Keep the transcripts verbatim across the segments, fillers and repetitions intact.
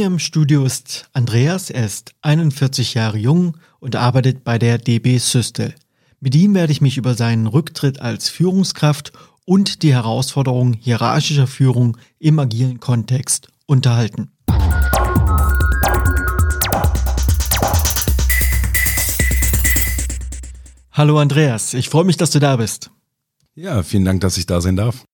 mir im Studio ist Andreas, er ist einundvierzig Jahre jung und arbeitet bei der D B Systel. Mit ihm werde ich mich über seinen Rücktritt als Führungskraft und die Herausforderung hierarchischer Führung im agilen Kontext unterhalten. Hallo Andreas, ich freue mich, dass du da bist. Ja, vielen Dank, dass ich da sein darf.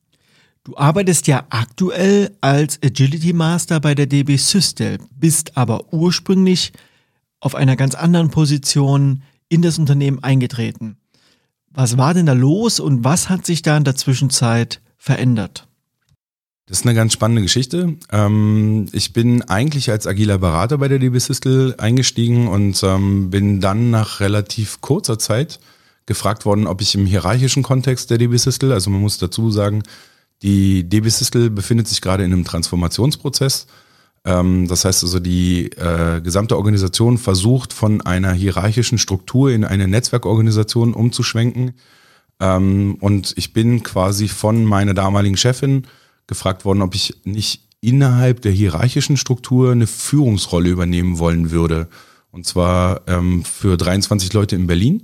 Du arbeitest ja aktuell als Agility Master bei der D B Systel, bist aber ursprünglich auf einer ganz anderen Position in das Unternehmen eingetreten. Was war denn da los und was hat sich da in der Zwischenzeit verändert? Das ist eine ganz spannende Geschichte. Ich bin eigentlich als agiler Berater bei der D B Systel eingestiegen und bin dann nach relativ kurzer Zeit gefragt worden, ob ich im hierarchischen Kontext der D B Systel, also man muss dazu sagen, die D B Systel befindet sich gerade in einem Transformationsprozess. Das heißt also, die äh, gesamte Organisation versucht, von einer hierarchischen Struktur in eine Netzwerkorganisation umzuschwenken. Ähm, und ich bin quasi von meiner damaligen Chefin gefragt worden, ob ich nicht innerhalb der hierarchischen Struktur eine Führungsrolle übernehmen wollen würde. Und zwar ähm, für dreiundzwanzig Leute in Berlin.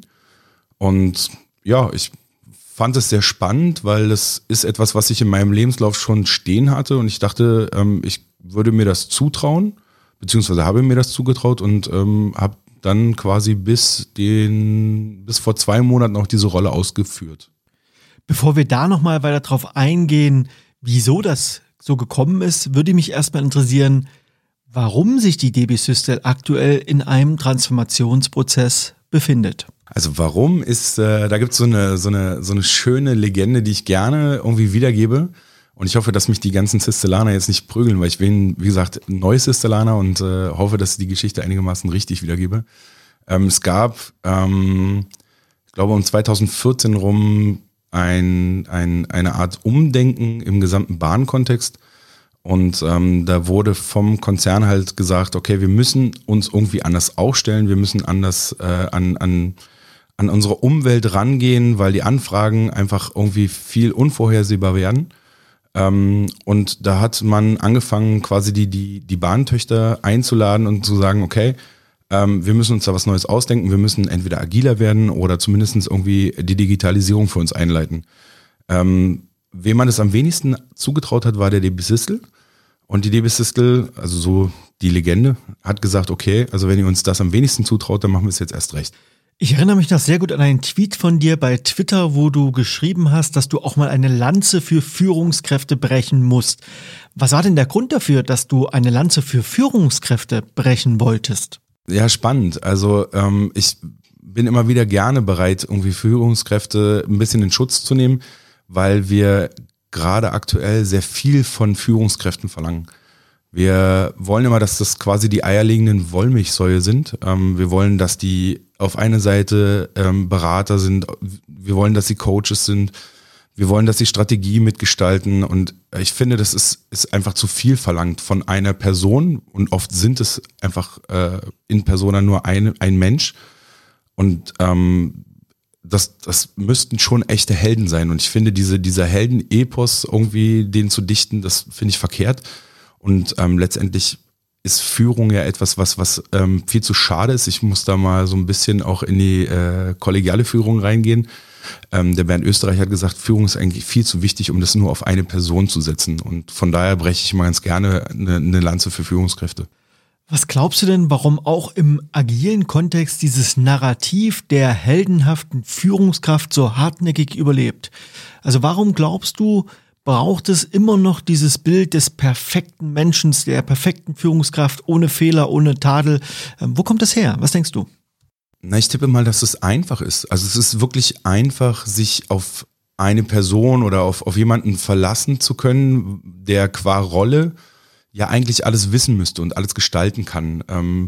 Und ja, ich fand es sehr spannend, weil das ist etwas, was ich in meinem Lebenslauf schon stehen hatte. Und ich dachte, ähm, ich würde mir das zutrauen, beziehungsweise habe mir das zugetraut und ähm, habe dann quasi bis den bis vor zwei Monaten auch diese Rolle ausgeführt. Bevor wir da nochmal weiter drauf eingehen, wieso das so gekommen ist, würde mich erstmal interessieren, warum sich die D B Systel aktuell in einem Transformationsprozess befindet. Also warum ist, äh, da gibt es so eine, so eine, so eine schöne Legende, die ich gerne irgendwie wiedergebe. Und ich hoffe, dass mich die ganzen Systelaner jetzt nicht prügeln, weil ich bin, wie gesagt, neu Systelaner und äh, hoffe, dass ich die Geschichte einigermaßen richtig wiedergebe. Ähm, es gab, ähm, ich glaube, um zweitausendvierzehn rum ein, ein, eine Art Umdenken im gesamten Bahnkontext. Und ähm, da wurde vom Konzern halt gesagt, okay, wir müssen uns irgendwie anders aufstellen, wir müssen anders äh, an, an, an unsere Umwelt rangehen, weil die Anfragen einfach irgendwie viel unvorhersehbar werden. Ähm, und da hat man angefangen, quasi die, die, die Bahntöchter einzuladen und zu sagen, okay, ähm, wir müssen uns da was Neues ausdenken, wir müssen entweder agiler werden oder zumindest irgendwie die Digitalisierung für uns einleiten. Ähm, wem man es am wenigsten zugetraut hat, war der D B Systel. Und die D B Systel, also so die Legende, hat gesagt, okay, also wenn ihr uns das am wenigsten zutraut, dann machen wir es jetzt erst recht. Ich erinnere mich noch sehr gut an einen Tweet von dir bei Twitter, wo du geschrieben hast, dass du auch mal eine Lanze für Führungskräfte brechen musst. Was war denn der Grund dafür, dass du eine Lanze für Führungskräfte brechen wolltest? Ja, spannend. Also ähm, ich bin immer wieder gerne bereit, irgendwie Führungskräfte ein bisschen in Schutz zu nehmen, weil wir gerade aktuell sehr viel von Führungskräften verlangen. Wir wollen immer, dass das quasi die eierlegenden Wollmilchsäue sind. Ähm, wir wollen, dass die auf einer Seite ähm, Berater sind. Wir wollen, dass sie Coaches sind. Wir wollen, dass sie Strategie mitgestalten. Und ich finde, das ist, ist einfach zu viel verlangt von einer Person. Und oft sind es einfach äh, in Persona nur ein, ein Mensch. Und ähm, das, das müssten schon echte Helden sein. Und ich finde, diese, dieser Helden-Epos irgendwie, den zu dichten, das finde ich verkehrt. Und ähm, letztendlich ist Führung ja etwas, was, was ähm, viel zu schade ist. Ich muss da mal so ein bisschen auch in die äh, kollegiale Führung reingehen. Ähm, der Bernd Österreich hat gesagt, Führung ist eigentlich viel zu wichtig, um das nur auf eine Person zu setzen. Und von daher breche ich mal ganz gerne eine, eine Lanze für Führungskräfte. Was glaubst du denn, warum auch im agilen Kontext dieses Narrativ der heldenhaften Führungskraft so hartnäckig überlebt? Also warum glaubst du, braucht es immer noch dieses Bild des perfekten Menschen, der perfekten Führungskraft, ohne Fehler, ohne Tadel? Wo kommt das her? Was denkst du? Na, ich tippe mal, dass es einfach ist. Also es ist wirklich einfach, sich auf eine Person oder auf, auf jemanden verlassen zu können, der qua Rolle ja eigentlich alles wissen müsste und alles gestalten kann. Ähm,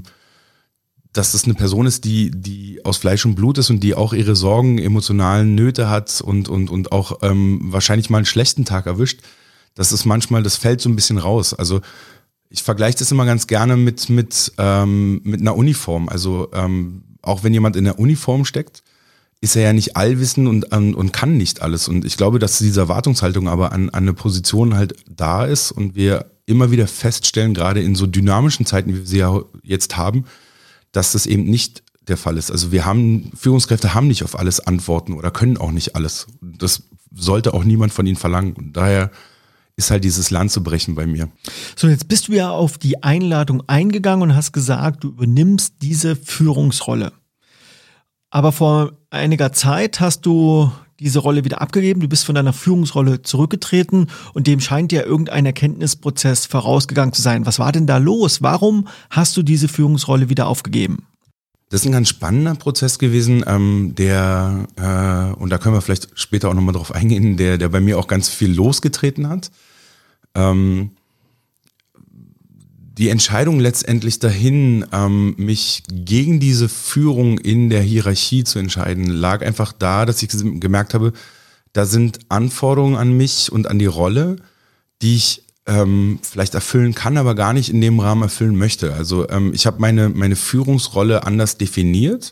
dass das eine Person ist, die, die aus Fleisch und Blut ist und die auch ihre Sorgen, emotionalen Nöte hat und, und, und auch ähm, wahrscheinlich mal einen schlechten Tag erwischt, das ist manchmal, das fällt so ein bisschen raus. Also ich vergleiche das immer ganz gerne mit, mit, ähm, mit einer Uniform. Also ähm, auch wenn jemand in der Uniform steckt, ist er ja nicht allwissend und, und, und kann nicht alles. Und ich glaube, dass diese Erwartungshaltung aber an, an eine Position halt da ist und wir immer wieder feststellen, gerade in so dynamischen Zeiten, wie wir sie ja jetzt haben, dass das eben nicht der Fall ist. Also wir haben, Führungskräfte haben nicht auf alles Antworten oder können auch nicht alles. Das sollte auch niemand von ihnen verlangen. Und daher ist halt dieses Land zu brechen bei mir. So, jetzt bist du ja auf die Einladung eingegangen und hast gesagt, du übernimmst diese Führungsrolle. Aber vor einiger Zeit hast du diese Rolle wieder abgegeben, du bist von deiner Führungsrolle zurückgetreten und dem scheint ja irgendein Erkenntnisprozess vorausgegangen zu sein. Was war denn da los? Warum hast du diese Führungsrolle wieder aufgegeben? Das ist ein ganz spannender Prozess gewesen, ähm, der, äh, und da können wir vielleicht später auch nochmal drauf eingehen, der, der bei mir auch ganz viel losgetreten hat. Ähm, die Entscheidung letztendlich dahin, ähm, mich gegen diese Führung in der Hierarchie zu entscheiden, lag einfach da, dass ich gemerkt habe, da sind Anforderungen an mich und an die Rolle, die ich ähm, vielleicht erfüllen kann, aber gar nicht in dem Rahmen erfüllen möchte. Also ähm, ich habe meine, meine Führungsrolle anders definiert,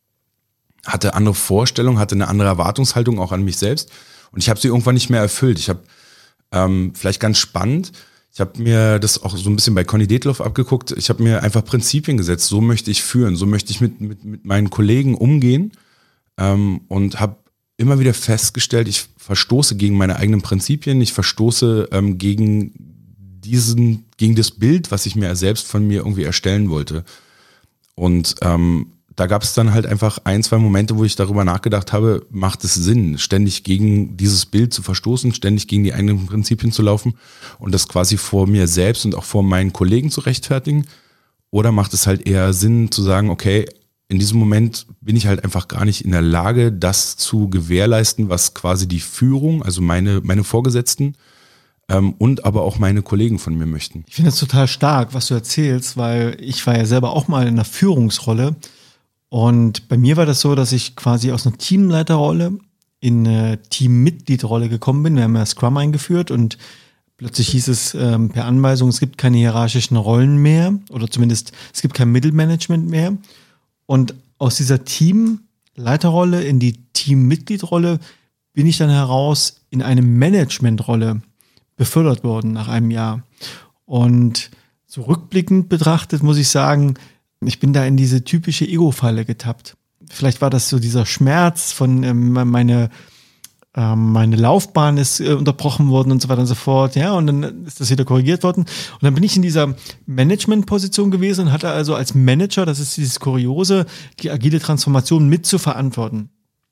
hatte andere Vorstellungen, hatte eine andere Erwartungshaltung auch an mich selbst und ich habe sie irgendwann nicht mehr erfüllt. Ich habe ähm, vielleicht ganz spannend, ich habe mir das auch so ein bisschen bei Conny Detloff abgeguckt. Ich habe mir einfach Prinzipien gesetzt. So möchte ich führen, so möchte ich mit, mit, mit meinen Kollegen umgehen ähm, und habe immer wieder festgestellt, ich verstoße gegen meine eigenen Prinzipien, ich verstoße ähm, gegen diesen, gegen das Bild, was ich mir selbst von mir irgendwie erstellen wollte. Und ähm, da gab es dann halt einfach ein, zwei Momente, wo ich darüber nachgedacht habe, macht es Sinn, ständig gegen dieses Bild zu verstoßen, ständig gegen die eigenen Prinzipien zu laufen und das quasi vor mir selbst und auch vor meinen Kollegen zu rechtfertigen? Oder macht es halt eher Sinn zu sagen, okay, in diesem Moment bin ich halt einfach gar nicht in der Lage, das zu gewährleisten, was quasi die Führung, also meine, meine Vorgesetzten ähm, und aber auch meine Kollegen von mir möchten. Ich finde es total stark, was du erzählst, weil ich war ja selber auch mal in einer Führungsrolle. Und bei mir war das so, dass ich quasi aus einer Teamleiterrolle in eine Teammitgliedrolle gekommen bin. Wir haben ja Scrum eingeführt und plötzlich hieß es ähm, per Anweisung, es gibt keine hierarchischen Rollen mehr oder zumindest es gibt kein Mittelmanagement mehr. Und aus dieser Teamleiterrolle in die Teammitgliedrolle bin ich dann heraus in eine Managementrolle befördert worden nach einem Jahr. Und so rückblickend betrachtet muss ich sagen, ich bin da in diese typische Ego-Falle getappt. Vielleicht war das so dieser Schmerz von ähm, meine, ähm, meine Laufbahn ist äh, unterbrochen worden und so weiter und so fort. Ja, und dann ist das wieder korrigiert worden. Und dann bin ich in dieser Management-Position gewesen und hatte also als Manager, das ist dieses Kuriose, die agile Transformation mit zu verantworten.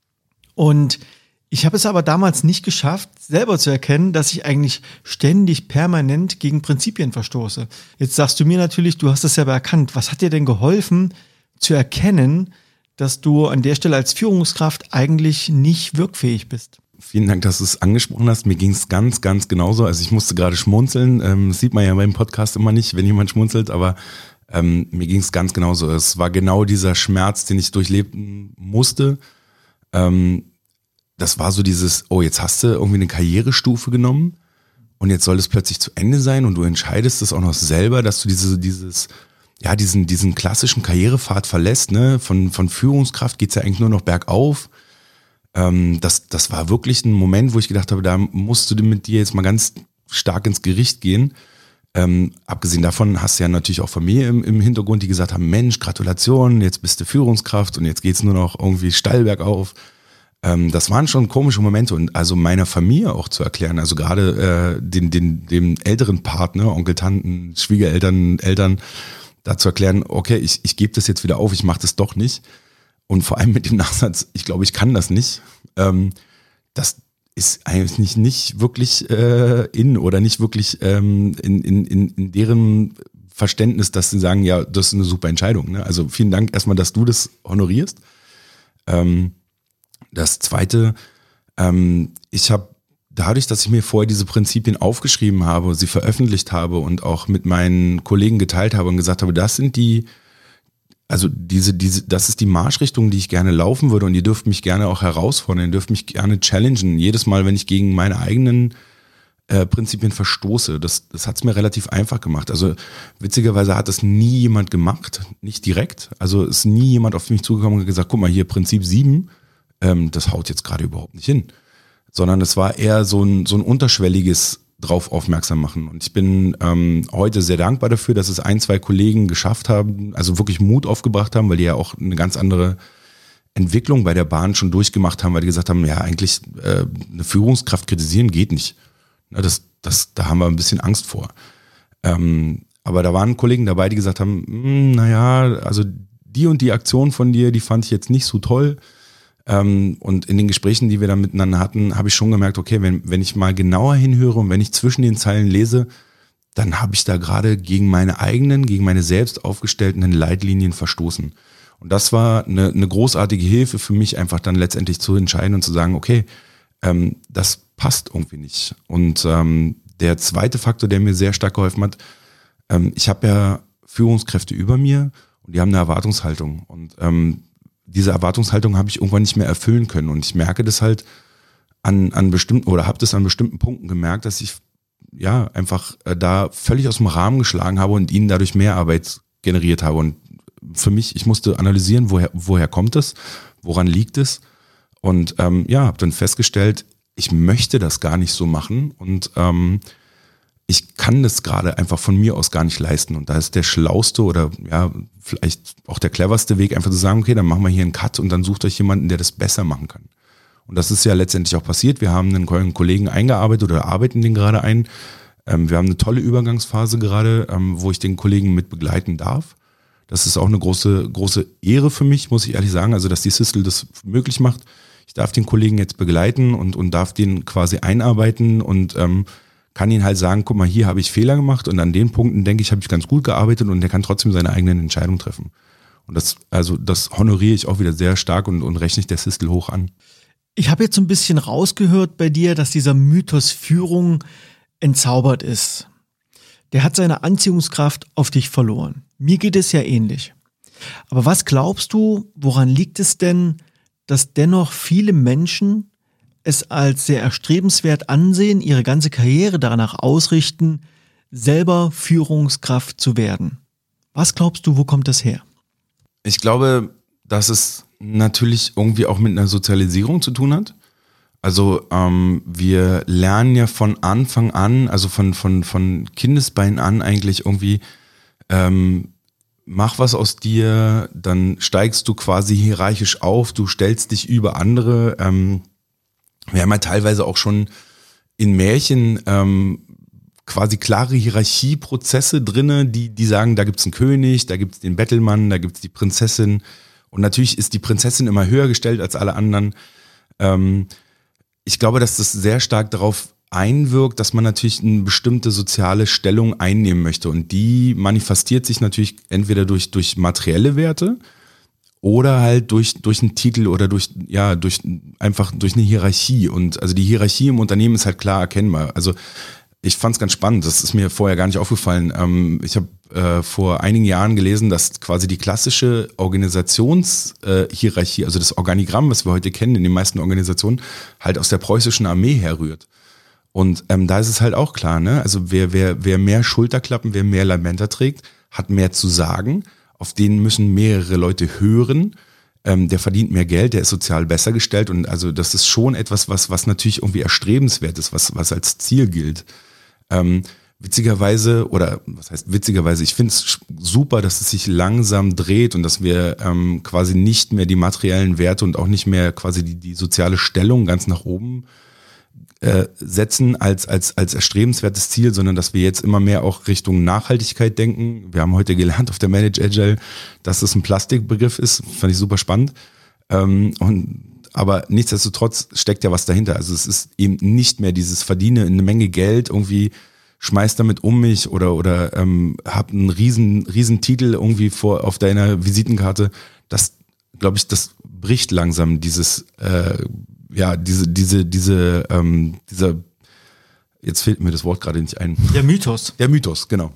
Und ich habe es aber damals nicht geschafft, selber zu erkennen, dass ich eigentlich ständig permanent gegen Prinzipien verstoße. Jetzt sagst du mir natürlich, du hast das selber erkannt. Was hat dir denn geholfen, zu erkennen, dass du an der Stelle als Führungskraft eigentlich nicht wirkfähig bist? Vielen Dank, dass du es angesprochen hast. Mir ging es ganz, ganz genauso. Also ich musste gerade schmunzeln. Ähm, das sieht man ja beim Podcast immer nicht, wenn jemand schmunzelt, aber ähm, mir ging es ganz genauso. Es war genau dieser Schmerz, den ich durchleben musste. Ähm, Das war so dieses, oh, jetzt hast du irgendwie eine Karrierestufe genommen und jetzt soll es plötzlich zu Ende sein und du entscheidest es auch noch selber, dass du diese, dieses, ja, diesen, diesen klassischen Karrierepfad verlässt, ne? Von, von Führungskraft geht's ja eigentlich nur noch bergauf. Ähm, das, das war wirklich ein Moment, wo ich gedacht habe, da musst du mit dir jetzt mal ganz stark ins Gericht gehen. Ähm, abgesehen davon hast du ja natürlich auch Familie im, im Hintergrund, die gesagt haben, Mensch, Gratulation, jetzt bist du Führungskraft und jetzt geht's nur noch irgendwie steil bergauf. Das waren schon komische Momente und also meiner Familie auch zu erklären, also gerade äh, den, den, dem älteren Partner, Onkel, Tanten, Schwiegereltern, Eltern, da zu erklären, okay, ich, ich gebe das jetzt wieder auf, ich mache das doch nicht und vor allem mit dem Nachsatz, ich glaube, ich kann das nicht, ähm, das ist eigentlich nicht, nicht wirklich äh, in oder nicht wirklich ähm, in, in, in, in deren Verständnis, dass sie sagen, ja, das ist eine super Entscheidung, ne? Also vielen Dank erstmal, dass du das honorierst. Ähm, Das Zweite, ähm, ich habe dadurch, dass ich mir vorher diese Prinzipien aufgeschrieben habe, sie veröffentlicht habe und auch mit meinen Kollegen geteilt habe und gesagt habe, das sind die, also diese, diese, das ist die Marschrichtung, die ich gerne laufen würde und ihr dürft mich gerne auch herausfordern, ihr dürft mich gerne challengen. Jedes Mal, wenn ich gegen meine eigenen äh, Prinzipien verstoße, das, das hat es mir relativ einfach gemacht. Also witzigerweise hat das nie jemand gemacht, nicht direkt. Also ist nie jemand auf mich zugekommen und gesagt, guck mal hier, Prinzip sieben, das haut jetzt gerade überhaupt nicht hin. Sondern es war eher so ein, so ein unterschwelliges drauf aufmerksam machen. Und ich bin ähm, heute sehr dankbar dafür, dass es ein, zwei Kollegen geschafft haben, also wirklich Mut aufgebracht haben, weil die ja auch eine ganz andere Entwicklung bei der Bahn schon durchgemacht haben, weil die gesagt haben, ja eigentlich äh, eine Führungskraft kritisieren geht nicht. Na, das, das, da haben wir ein bisschen Angst vor. Ähm, aber da waren Kollegen dabei, die gesagt haben, naja, also die und die Aktion von dir, die fand ich jetzt nicht so toll. Ähm, und in den Gesprächen, die wir da miteinander hatten, habe ich schon gemerkt, okay, wenn, wenn ich mal genauer hinhöre und wenn ich zwischen den Zeilen lese, dann habe ich da gerade gegen meine eigenen, gegen meine selbst aufgestellten Leitlinien verstoßen. Und das war eine, eine großartige Hilfe für mich, einfach dann letztendlich zu entscheiden und zu sagen, okay, ähm, das passt irgendwie nicht. Und ähm, der zweite Faktor, der mir sehr stark geholfen hat, ähm, ich habe ja Führungskräfte über mir und die haben eine Erwartungshaltung. Und ähm, diese Erwartungshaltung habe ich irgendwann nicht mehr erfüllen können. Und ich merke das halt an, an bestimmten, oder habe das an bestimmten Punkten gemerkt, dass ich ja einfach äh, da völlig aus dem Rahmen geschlagen habe und ihnen dadurch mehr Arbeit generiert habe. Und für mich, ich musste analysieren, woher, woher kommt es, woran liegt es. Und ähm, ja, habe dann festgestellt, ich möchte das gar nicht so machen und ähm, ich kann das gerade einfach von mir aus gar nicht leisten. Und da ist der schlauste oder ja, vielleicht auch der cleverste Weg, einfach zu sagen, okay, dann machen wir hier einen Cut und dann sucht euch jemanden, der das besser machen kann. Und das ist ja letztendlich auch passiert. Wir haben einen Kollegen eingearbeitet oder arbeiten den gerade ein. Ähm, wir haben eine tolle Übergangsphase gerade, ähm, wo ich den Kollegen mit begleiten darf. Das ist auch eine große, große Ehre für mich, muss ich ehrlich sagen, also dass die Sistel das möglich macht. Ich darf den Kollegen jetzt begleiten und, und darf den quasi einarbeiten und ähm, kann ihn halt sagen, guck mal, hier habe ich Fehler gemacht und an den Punkten, denke ich, habe ich ganz gut gearbeitet und der kann trotzdem seine eigenen Entscheidungen treffen. Und das, also das honoriere ich auch wieder sehr stark und, und rechne ich der Sistel hoch an. Ich habe jetzt so ein bisschen rausgehört bei dir, dass dieser Mythos Führung entzaubert ist. Der hat seine Anziehungskraft auf dich verloren. Mir geht es ja ähnlich. Aber was glaubst du, woran liegt es denn, dass dennoch viele Menschen es als sehr erstrebenswert ansehen, ihre ganze Karriere danach ausrichten, selber Führungskraft zu werden? Was glaubst du, wo kommt das her? Ich glaube, dass es natürlich irgendwie auch mit einer Sozialisierung zu tun hat. Also ähm, wir lernen ja von Anfang an, also von, von, von Kindesbeinen an eigentlich irgendwie, ähm, mach was aus dir, dann steigst du quasi hierarchisch auf, du stellst dich über andere. Ähm, wir haben ja teilweise auch schon in Märchen ähm, quasi klare Hierarchieprozesse drinne, die, die sagen, da gibt's einen König, da gibt's den Bettelmann, da gibt's die Prinzessin. Und natürlich ist die Prinzessin immer höher gestellt als alle anderen. Ähm, ich glaube, dass das sehr stark darauf einwirkt, dass man natürlich eine bestimmte soziale Stellung einnehmen möchte. Und die manifestiert sich natürlich entweder durch, durch materielle Werte oder halt durch, durch einen Titel oder durch, ja, durch, einfach durch eine Hierarchie. Und also die Hierarchie im Unternehmen ist halt klar erkennbar. Also ich fand es ganz spannend, das ist mir vorher gar nicht aufgefallen. Ähm, ich habe äh, vor einigen Jahren gelesen, dass quasi die klassische Organisationshierarchie, äh, also das Organigramm, was wir heute kennen in den meisten Organisationen, halt aus der preußischen Armee herrührt. Und ähm, da ist es halt auch klar, ne? Also wer, wer, wer mehr Schulterklappen, wer mehr Lametta trägt, hat mehr zu sagen. Auf den müssen mehrere Leute hören. Ähm, der verdient mehr Geld, der ist sozial besser gestellt. Und also das ist schon etwas, was, was natürlich irgendwie erstrebenswert ist, was, was als Ziel gilt. Ähm, witzigerweise, oder was heißt witzigerweise, ich finde es super, dass es sich langsam dreht und dass wir ähm, quasi nicht mehr die materiellen Werte und auch nicht mehr quasi die, die soziale Stellung ganz nach oben äh, setzen als, als, als erstrebenswertes Ziel, sondern dass wir jetzt immer mehr auch Richtung Nachhaltigkeit denken. Wir haben heute gelernt auf der Manage Agile, dass das ein Plastikbegriff ist, fand ich super spannend. Ähm, und Aber nichtsdestotrotz steckt ja was dahinter. Also es ist eben nicht mehr dieses Verdiene eine Menge Geld, irgendwie schmeiß damit um mich oder oder ähm, hab einen riesen riesen Titel irgendwie vor auf deiner Visitenkarte. Das, glaube ich, das bricht langsam dieses äh, ja diese diese diese ähm, dieser jetzt fehlt mir das Wort gerade nicht ein. Der Mythos. Der Mythos, genau.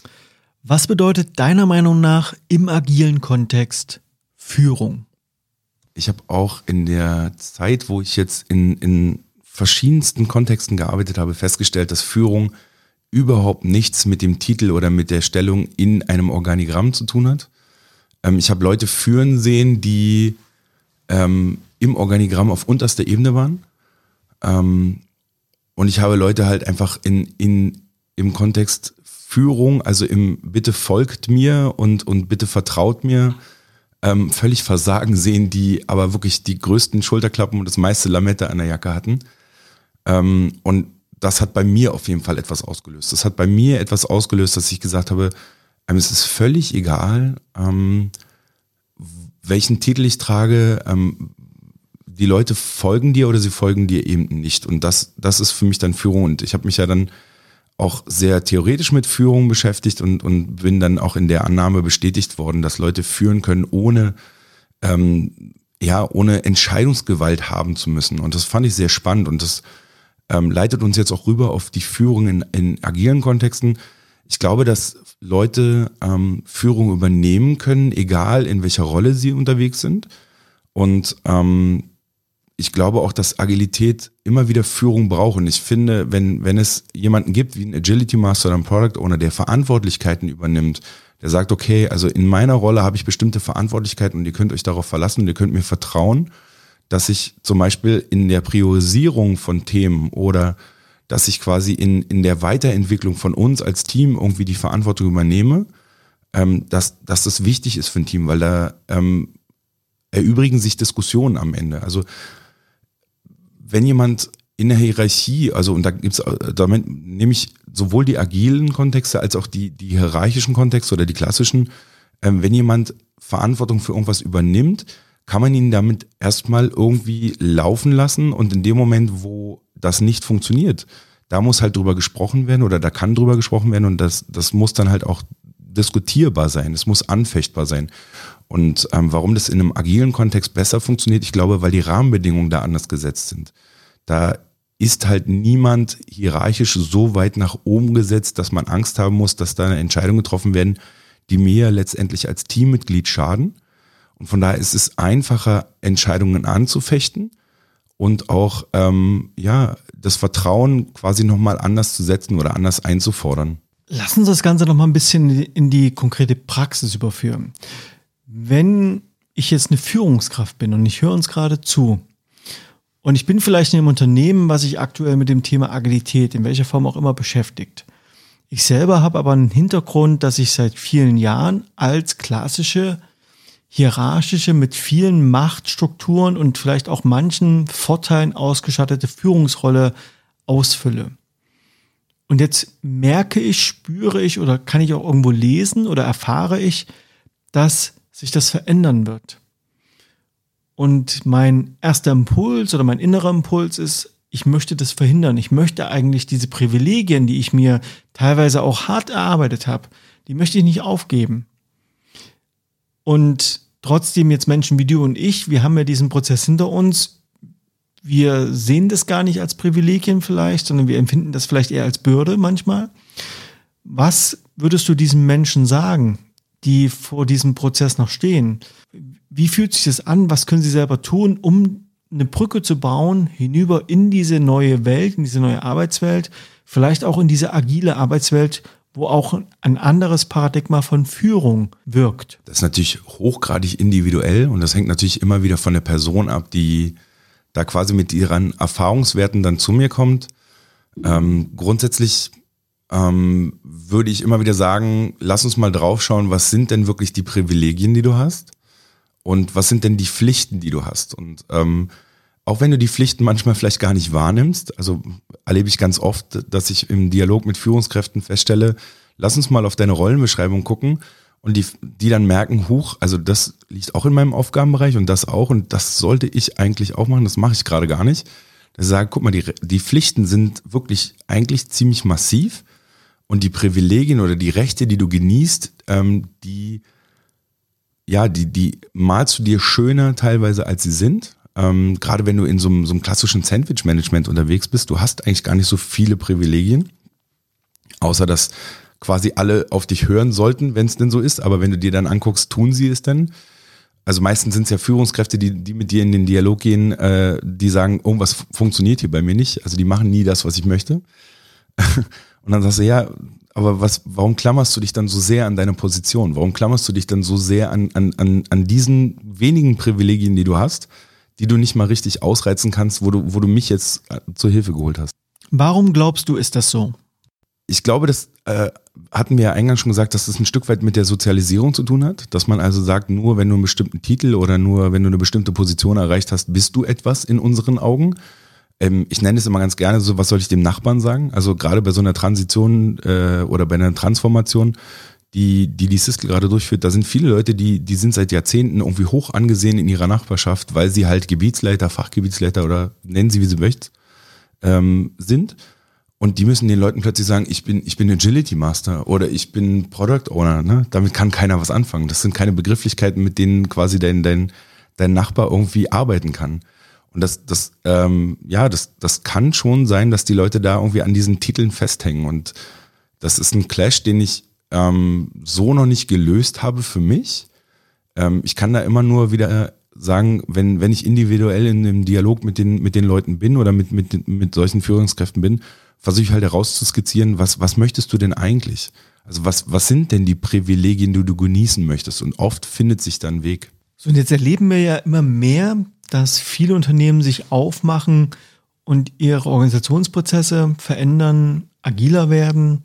Was bedeutet deiner Meinung nach im agilen Kontext Führung? Ich habe auch in der Zeit, wo ich jetzt in, in verschiedensten Kontexten gearbeitet habe, festgestellt, dass Führung überhaupt nichts mit dem Titel oder mit der Stellung in einem Organigramm zu tun hat. Ähm, ich habe Leute führen sehen, die ähm, im Organigramm auf unterster Ebene waren. Ähm, und ich habe Leute halt einfach in, in, im Kontext Führung, also im bitte folgt mir und, und bitte vertraut mir, ähm, völlig versagen sehen, die aber wirklich die größten Schulterklappen und das meiste Lametta an der Jacke hatten. Ähm, und das hat bei mir auf jeden Fall etwas ausgelöst. Das hat bei mir etwas ausgelöst, dass ich gesagt habe, ähm, es ist völlig egal, ähm, welchen Titel ich trage, ähm, die Leute folgen dir oder sie folgen dir eben nicht. Und das, das ist für mich dann Führung. Und ich habe mich ja dann auch sehr theoretisch mit Führung beschäftigt und, und bin dann auch in der Annahme bestätigt worden, dass Leute führen können, ohne, ähm, ja, ohne Entscheidungsgewalt haben zu müssen. Und das fand ich sehr spannend. Und das ähm, leitet uns jetzt auch rüber auf die Führung in, in agilen Kontexten. Ich glaube, dass Leute ähm, Führung übernehmen können, egal in welcher Rolle sie unterwegs sind. Und ähm, ich glaube auch, dass Agilität immer wieder Führung braucht. Und ich finde, wenn, wenn es jemanden gibt wie ein Agility Master oder ein Product Owner, der Verantwortlichkeiten übernimmt, der sagt, okay, also in meiner Rolle habe ich bestimmte Verantwortlichkeiten und ihr könnt euch darauf verlassen und ihr könnt mir vertrauen, dass ich zum Beispiel in der Priorisierung von Themen oder dass ich quasi in, in der Weiterentwicklung von uns als Team irgendwie die Verantwortung übernehme, ähm, dass, dass das wichtig ist für ein Team, weil da ähm, erübrigen sich Diskussionen am Ende. Also wenn jemand in der Hierarchie, also und da gibt's, damit nehme ich sowohl die agilen Kontexte als auch die, die hierarchischen Kontexte oder die klassischen, ähm, wenn jemand Verantwortung für irgendwas übernimmt, kann man ihn damit erstmal irgendwie laufen lassen und in dem Moment, wo das nicht funktioniert, da muss halt drüber gesprochen werden oder da kann drüber gesprochen werden und das, das muss dann halt auch diskutierbar sein, es muss anfechtbar sein. Und ähm, warum das in einem agilen Kontext besser funktioniert, ich glaube, weil die Rahmenbedingungen da anders gesetzt sind. Da ist halt niemand hierarchisch so weit nach oben gesetzt, dass man Angst haben muss, dass da Entscheidungen getroffen werden, die mir letztendlich als Teammitglied schaden. Und von daher ist es einfacher, Entscheidungen anzufechten und auch ähm, ja das Vertrauen quasi nochmal anders zu setzen oder anders einzufordern. Lass uns das Ganze nochmal ein bisschen in die konkrete Praxis überführen. Wenn ich jetzt eine Führungskraft bin und ich höre uns gerade zu und ich bin vielleicht in einem Unternehmen, was sich aktuell mit dem Thema Agilität in welcher Form auch immer beschäftigt. Ich selber habe aber einen Hintergrund, dass ich seit vielen Jahren als klassische, hierarchische, mit vielen Machtstrukturen und vielleicht auch manchen Vorteilen ausgestattete Führungsrolle ausfülle. Und jetzt merke ich, spüre ich oder kann ich auch irgendwo lesen oder erfahre ich, dass sich das verändern wird. Und mein erster Impuls oder mein innerer Impuls ist, ich möchte das verhindern. Ich möchte eigentlich diese Privilegien, die ich mir teilweise auch hart erarbeitet habe, die möchte ich nicht aufgeben. Und trotzdem jetzt Menschen wie du und ich, wir haben ja diesen Prozess hinter uns. Wir sehen das gar nicht als Privilegien vielleicht, sondern wir empfinden das vielleicht eher als Bürde manchmal. Was würdest du diesen Menschen sagen, die vor diesem Prozess noch stehen? Wie fühlt sich das an? Was können sie selber tun, um eine Brücke zu bauen hinüber in diese neue Welt, in diese neue Arbeitswelt, vielleicht auch in diese agile Arbeitswelt, wo auch ein anderes Paradigma von Führung wirkt? Das ist natürlich hochgradig individuell und das hängt natürlich immer wieder von der Person ab, die da quasi mit ihren Erfahrungswerten dann zu mir kommt. Ähm, grundsätzlich ähm, würde ich immer wieder sagen, lass uns mal draufschauen, was sind denn wirklich die Privilegien, die du hast und was sind denn die Pflichten, die du hast. Und ähm, auch wenn du die Pflichten manchmal vielleicht gar nicht wahrnimmst, also erlebe ich ganz oft, dass ich im Dialog mit Führungskräften feststelle, lass uns mal auf deine Rollenbeschreibung gucken und die, die dann merken, huch, also das liegt auch in meinem Aufgabenbereich und das auch und das sollte ich eigentlich auch machen, das mache ich gerade gar nicht. Dass ich sage, guck mal, die, die Pflichten sind wirklich eigentlich ziemlich massiv und die Privilegien oder die Rechte, die du genießt, ähm, die, ja, die, die malst du dir schöner teilweise, als sie sind. Ähm, gerade wenn du in so einem, so einem klassischen Sandwich-Management unterwegs bist, du hast eigentlich gar nicht so viele Privilegien, außer dass quasi alle auf dich hören sollten, wenn es denn so ist, aber wenn du dir dann anguckst, tun sie es denn? Also meistens sind es ja Führungskräfte, die, die mit dir in den Dialog gehen, äh, die sagen, irgendwas funktioniert hier bei mir nicht, also die machen nie das, was ich möchte. Und dann sagst du, ja, aber was, warum klammerst du dich dann so sehr an deine Position? Warum klammerst du dich dann so sehr an, an, an, an diesen wenigen Privilegien, die du hast, die du nicht mal richtig ausreizen kannst, wo du, wo du mich jetzt zur Hilfe geholt hast? Warum glaubst du, ist das so? Ich glaube, das äh, hatten wir ja eingangs schon gesagt, dass das ein Stück weit mit der Sozialisierung zu tun hat. Dass man also sagt, nur wenn du einen bestimmten Titel oder nur wenn du eine bestimmte Position erreicht hast, bist du etwas in unseren Augen. Ähm, ich nenne es immer ganz gerne so, was soll ich dem Nachbarn sagen? Also gerade bei so einer Transition äh, oder bei einer Transformation, die die, die Sistel gerade durchführt, da sind viele Leute, die die sind seit Jahrzehnten irgendwie hoch angesehen in ihrer Nachbarschaft, weil sie halt Gebietsleiter, Fachgebietsleiter oder nennen sie, wie sie möchten, ähm, sind. Und die müssen den Leuten plötzlich sagen, ich bin, ich bin Agility Master oder ich bin Product Owner. Ne? Damit kann keiner was anfangen. Das sind keine Begrifflichkeiten, mit denen quasi dein, dein, dein Nachbar irgendwie arbeiten kann. Und das, das, ähm, ja, das, das kann schon sein, dass die Leute da irgendwie an diesen Titeln festhängen. Und das ist ein Clash, den ich ähm, so noch nicht gelöst habe für mich. Ähm, ich kann da immer nur wieder sagen, wenn, wenn ich individuell in einem Dialog mit den, mit den Leuten bin oder mit, mit, mit solchen Führungskräften bin, versuche ich halt herauszuskizzieren, was, was möchtest du denn eigentlich? Also was, was sind denn die Privilegien, die du genießen möchtest? Und oft findet sich dann ein Weg. So, und jetzt erleben wir ja immer mehr, dass viele Unternehmen sich aufmachen und ihre Organisationsprozesse verändern, agiler werden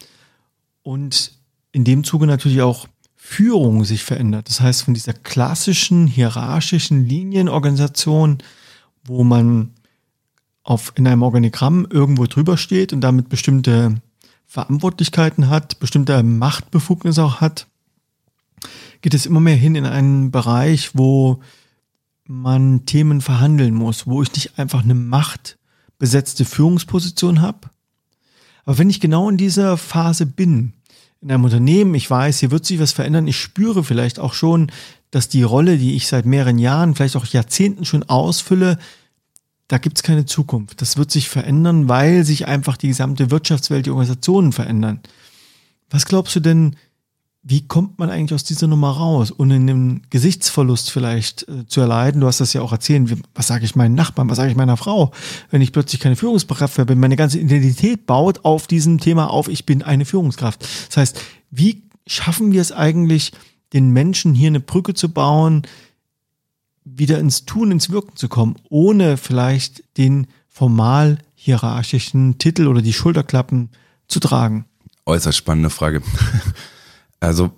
und in dem Zuge natürlich auch Führung sich verändert. Das heißt, von dieser klassischen hierarchischen Linienorganisation, wo man auf, in einem Organigramm irgendwo drüber steht und damit bestimmte Verantwortlichkeiten hat, bestimmte Machtbefugnisse auch hat, geht es immer mehr hin in einen Bereich, wo man Themen verhandeln muss, wo ich nicht einfach eine machtbesetzte Führungsposition habe. Aber wenn ich genau in dieser Phase bin, in einem Unternehmen, ich weiß, hier wird sich was verändern, ich spüre vielleicht auch schon, dass die Rolle, die ich seit mehreren Jahren, vielleicht auch Jahrzehnten schon ausfülle, da gibt es keine Zukunft. Das wird sich verändern, weil sich einfach die gesamte Wirtschaftswelt, die Organisationen verändern. Was glaubst du denn, wie kommt man eigentlich aus dieser Nummer raus, ohne einen Gesichtsverlust vielleicht äh, zu erleiden? Du hast das ja auch erzählt. Wie, was sage ich meinen Nachbarn, was sage ich meiner Frau, wenn ich plötzlich keine Führungskraft mehr bin? Meine ganze Identität baut auf diesem Thema auf, ich bin eine Führungskraft. Das heißt, wie schaffen wir es eigentlich, den Menschen hier eine Brücke zu bauen, wieder ins Tun, ins Wirken zu kommen, ohne vielleicht den formal hierarchischen Titel oder die Schulterklappen zu tragen? Äußerst spannende Frage. Also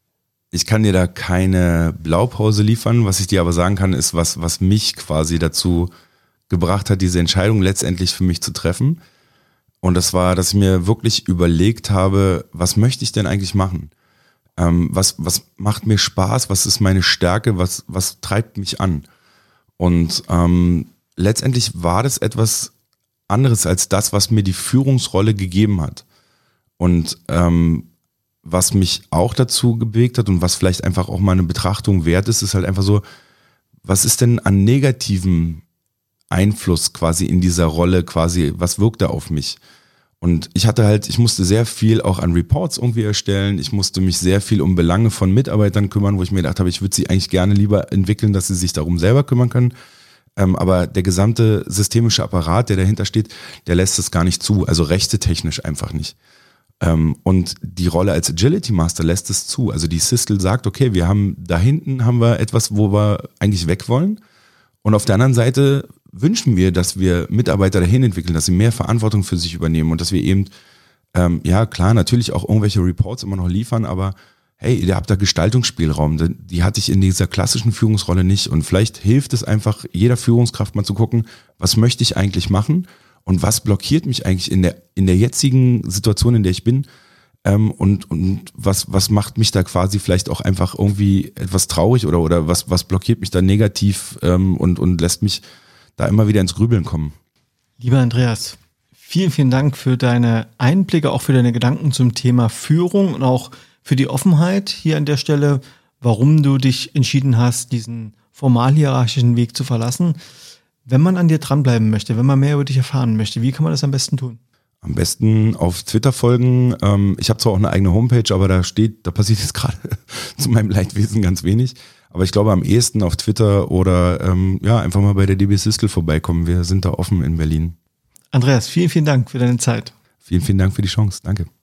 ich kann dir da keine Blaupause liefern. Was ich dir aber sagen kann, ist, was, was mich quasi dazu gebracht hat, diese Entscheidung letztendlich für mich zu treffen. Und das war, dass ich mir wirklich überlegt habe, was möchte ich denn eigentlich machen? Ähm, was, was macht mir Spaß? Was ist meine Stärke? Was, was treibt mich an? Und ähm, letztendlich war das etwas anderes als das, was mir die Führungsrolle gegeben hat. Und ähm, was mich auch dazu bewegt hat und was vielleicht einfach auch mal eine Betrachtung wert ist, ist halt einfach so, was ist denn an negativem Einfluss quasi in dieser Rolle quasi, was wirkt da auf mich? Und ich hatte halt, ich musste sehr viel auch an Reports irgendwie erstellen. Ich musste mich sehr viel um Belange von Mitarbeitern kümmern, wo ich mir gedacht habe, ich würde sie eigentlich gerne lieber entwickeln, dass sie sich darum selber kümmern können. Ähm, aber der gesamte systemische Apparat, der dahinter steht, der lässt es gar nicht zu. Also rechtetechnisch einfach nicht. Ähm, und die Rolle als Agility Master lässt es zu. Also die Sistel sagt, okay, wir haben da hinten haben wir etwas, wo wir eigentlich weg wollen. Und auf der anderen Seite wünschen wir, dass wir Mitarbeiter dahin entwickeln, dass sie mehr Verantwortung für sich übernehmen und dass wir eben, ähm, ja klar, natürlich auch irgendwelche Reports immer noch liefern, aber hey, ihr habt da Gestaltungsspielraum, die hatte ich in dieser klassischen Führungsrolle nicht und vielleicht hilft es einfach jeder Führungskraft mal zu gucken, was möchte ich eigentlich machen und was blockiert mich eigentlich in der, in der jetzigen Situation, in der ich bin, ähm, und, und was, was macht mich da quasi vielleicht auch einfach irgendwie etwas traurig oder, oder was, was blockiert mich da negativ ähm, und, und lässt mich da immer wieder ins Grübeln kommen. Lieber Andreas, vielen, vielen Dank für deine Einblicke, auch für deine Gedanken zum Thema Führung und auch für die Offenheit hier an der Stelle, warum du dich entschieden hast, diesen formal hierarchischen Weg zu verlassen. Wenn man an dir dranbleiben möchte, wenn man mehr über dich erfahren möchte, wie kann man das am besten tun? Am besten auf Twitter folgen. Ich habe zwar auch eine eigene Homepage, aber da steht, da passiert jetzt gerade zu meinem Leidwesen ganz wenig. Aber ich glaube am ehesten auf Twitter oder ähm, ja einfach mal bei der D B Sistel vorbeikommen. Wir sind da offen in Berlin. Andreas, vielen, vielen Dank für deine Zeit. Vielen, vielen Dank für die Chance. Danke.